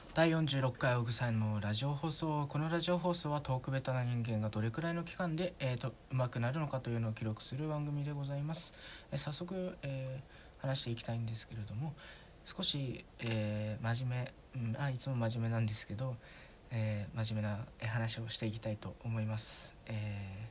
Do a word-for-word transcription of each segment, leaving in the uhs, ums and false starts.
だいよんじゅうろっかいオグさんのラジオ放送。このラジオ放送はトークベタな人間がどれくらいの期間で、えー、と上手くなるのかというのを記録する番組でございます。えー早速、えー話していきたいんですけれども、少し、えー真面目、うん、あいつも真面目なんですけど、えー真面目なえー話をしていきたいと思います。え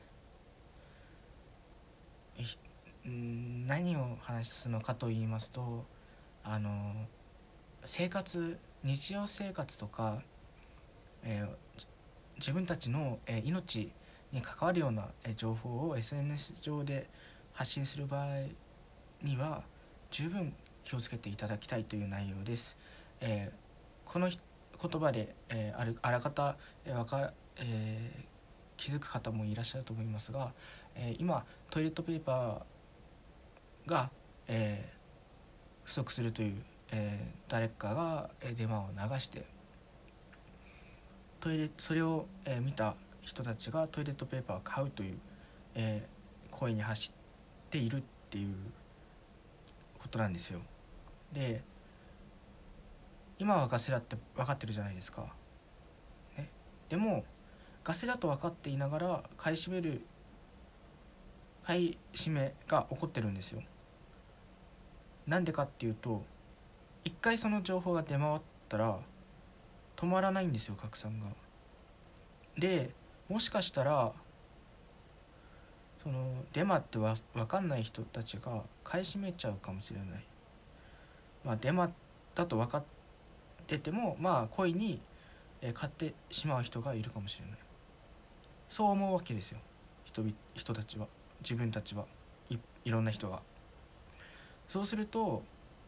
ーひん何を話すのかと言いますと、あの生活日常生活とか、えー自分たちの、えー命に関わるような、えー情報を エスエヌエス 上で発信する場合には十分気をつけていただきたいという内容です。えーこのひ言葉で、えーあるあらかた、えーわかえー気づく方もいらっしゃると思いますが、えー今トイレットペーパーが、えー不足するという、えー誰かが、えーデマを流してトイレそれを、えー見た人たちがトイレットペーパーを買うという、えー行為に走っているっていうことなんですよ。で、今はガセだって分かってるじゃないですか、ね、でもガセだと分かっていながら買い占める買い占めが起こってるんですよ。なんでかっていうと、一回その情報が出回ったら止まらないんですよ、拡散が。で、もしかしたらそのデマってわ分かんない人たちが買い占めちゃうかもしれない。まあデマだと分かってても、まあ故意にえー買ってしまう人がいるかもしれない。そう思うわけですよ、人々人たちは。自分たちはいいろんな人が。そうすると、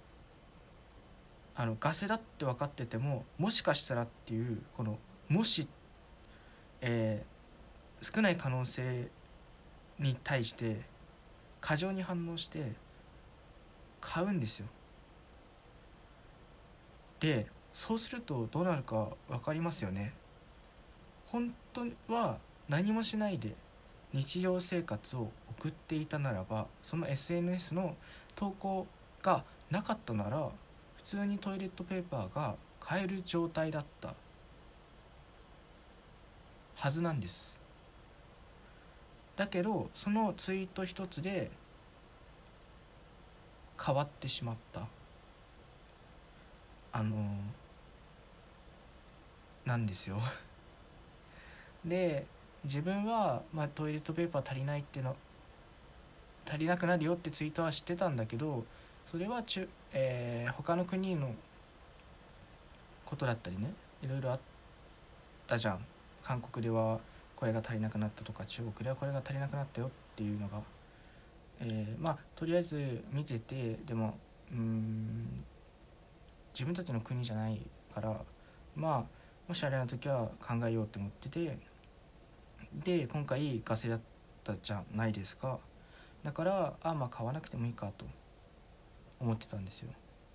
あのガセだって分かってても、もしかしたらっていうこのもし、えー少ない可能性に対して過剰に反応して買うんですよ。で、そうするとどうなるか分かりますよね。本当は何もしないで日常生活を送っていたならば、その エスエヌエス の投稿がなかったなら普通にトイレットペーパーが買える状態だったはずなんです。だけどそのツイート一つで変わってしまった、あのなんですよ。で、自分は、まあ、トイレットペーパー足りないっての足りなくなるよってツイートは知ってたんだけど、それは中、えー他の国のことだったりね、いろいろあったじゃん。韓国ではこれが足りなくなったとか、中国ではこれが足りなくなったよっていうのが、えーまあとりあえず見てて、でもうーん自分たちの国じゃないから、まあもしあれの時は考えようって思ってて、で今回ガセだったじゃないですか。だからあまあ買わなくてもいいかと思ってたんですよ。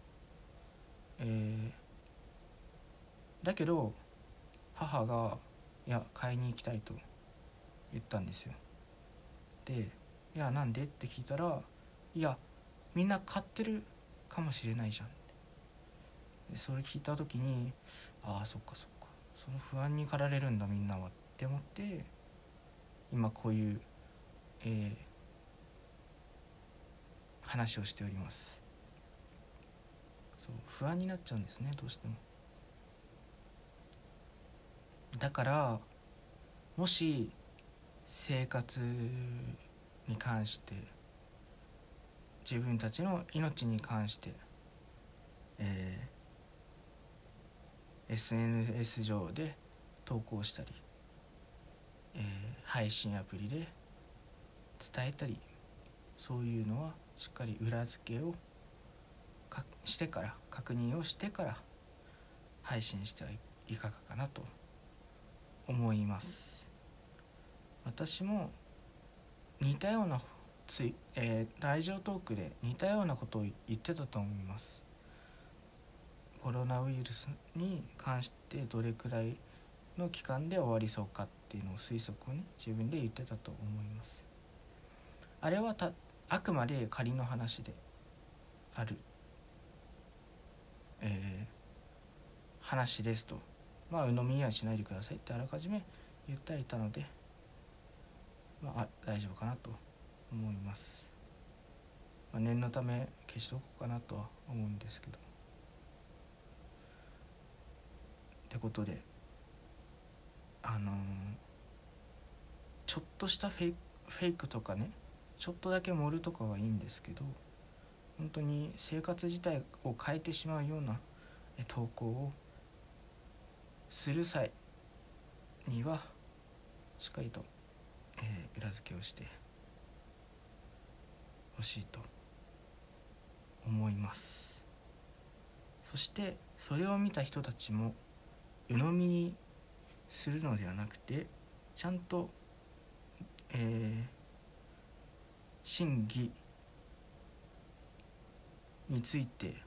えーだけど母がいや買いに行きたいと言ったんですよ。で、いやなんでって聞いたら、いやみんな買ってるかもしれないじゃん。でそれ聞いた時に、ああそっかそっか、その不安に駆られるんだみんなはって思って、今こういう、えー話をしております。そう、不安になっちゃうんですね、どうしても。だからもし生活に関して、自分たちの命に関して、えー エスエヌエス 上で投稿したり、えー配信アプリで伝えたり、そういうのはしっかり裏付けをかしてから、確認をしてから配信してはいかがかなと思います。私も似たようなつい、えー、ラジオトークで似たようなことを言ってたと思います。コロナウイルスに関してどれくらいの期間で終わりそうかっていうのを推測をね、自分で言ってたと思います。あれはたあくまで仮の話である、えー、 話ですと、まあ鵜呑みにはしないでくださいってあらかじめ言ってはいたので、まあ、あ大丈夫かなと思います。まあ、念のため消しとこうかなとは思うんですけど。ってことで、あのー、ちょっとしたフェイク、フェイクとかね、ちょっとだけ盛るとかはいいんですけど、本当に生活自体を変えてしまうような投稿をする際にはしっかりと、えー、裏付けをしてほしいと思います。そしてそれを見た人たちも鵜呑みにするのではなくて、ちゃんと、えー、真偽について、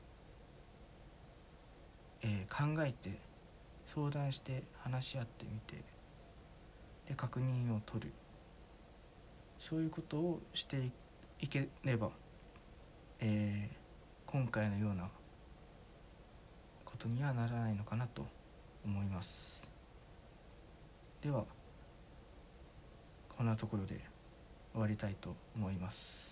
えー、考えて相談して話し合ってみて、で確認を取る、そういうことをしていければ、えー、今回のようなことにはならないのかなと思います。ではこんなところで終わりたいと思います。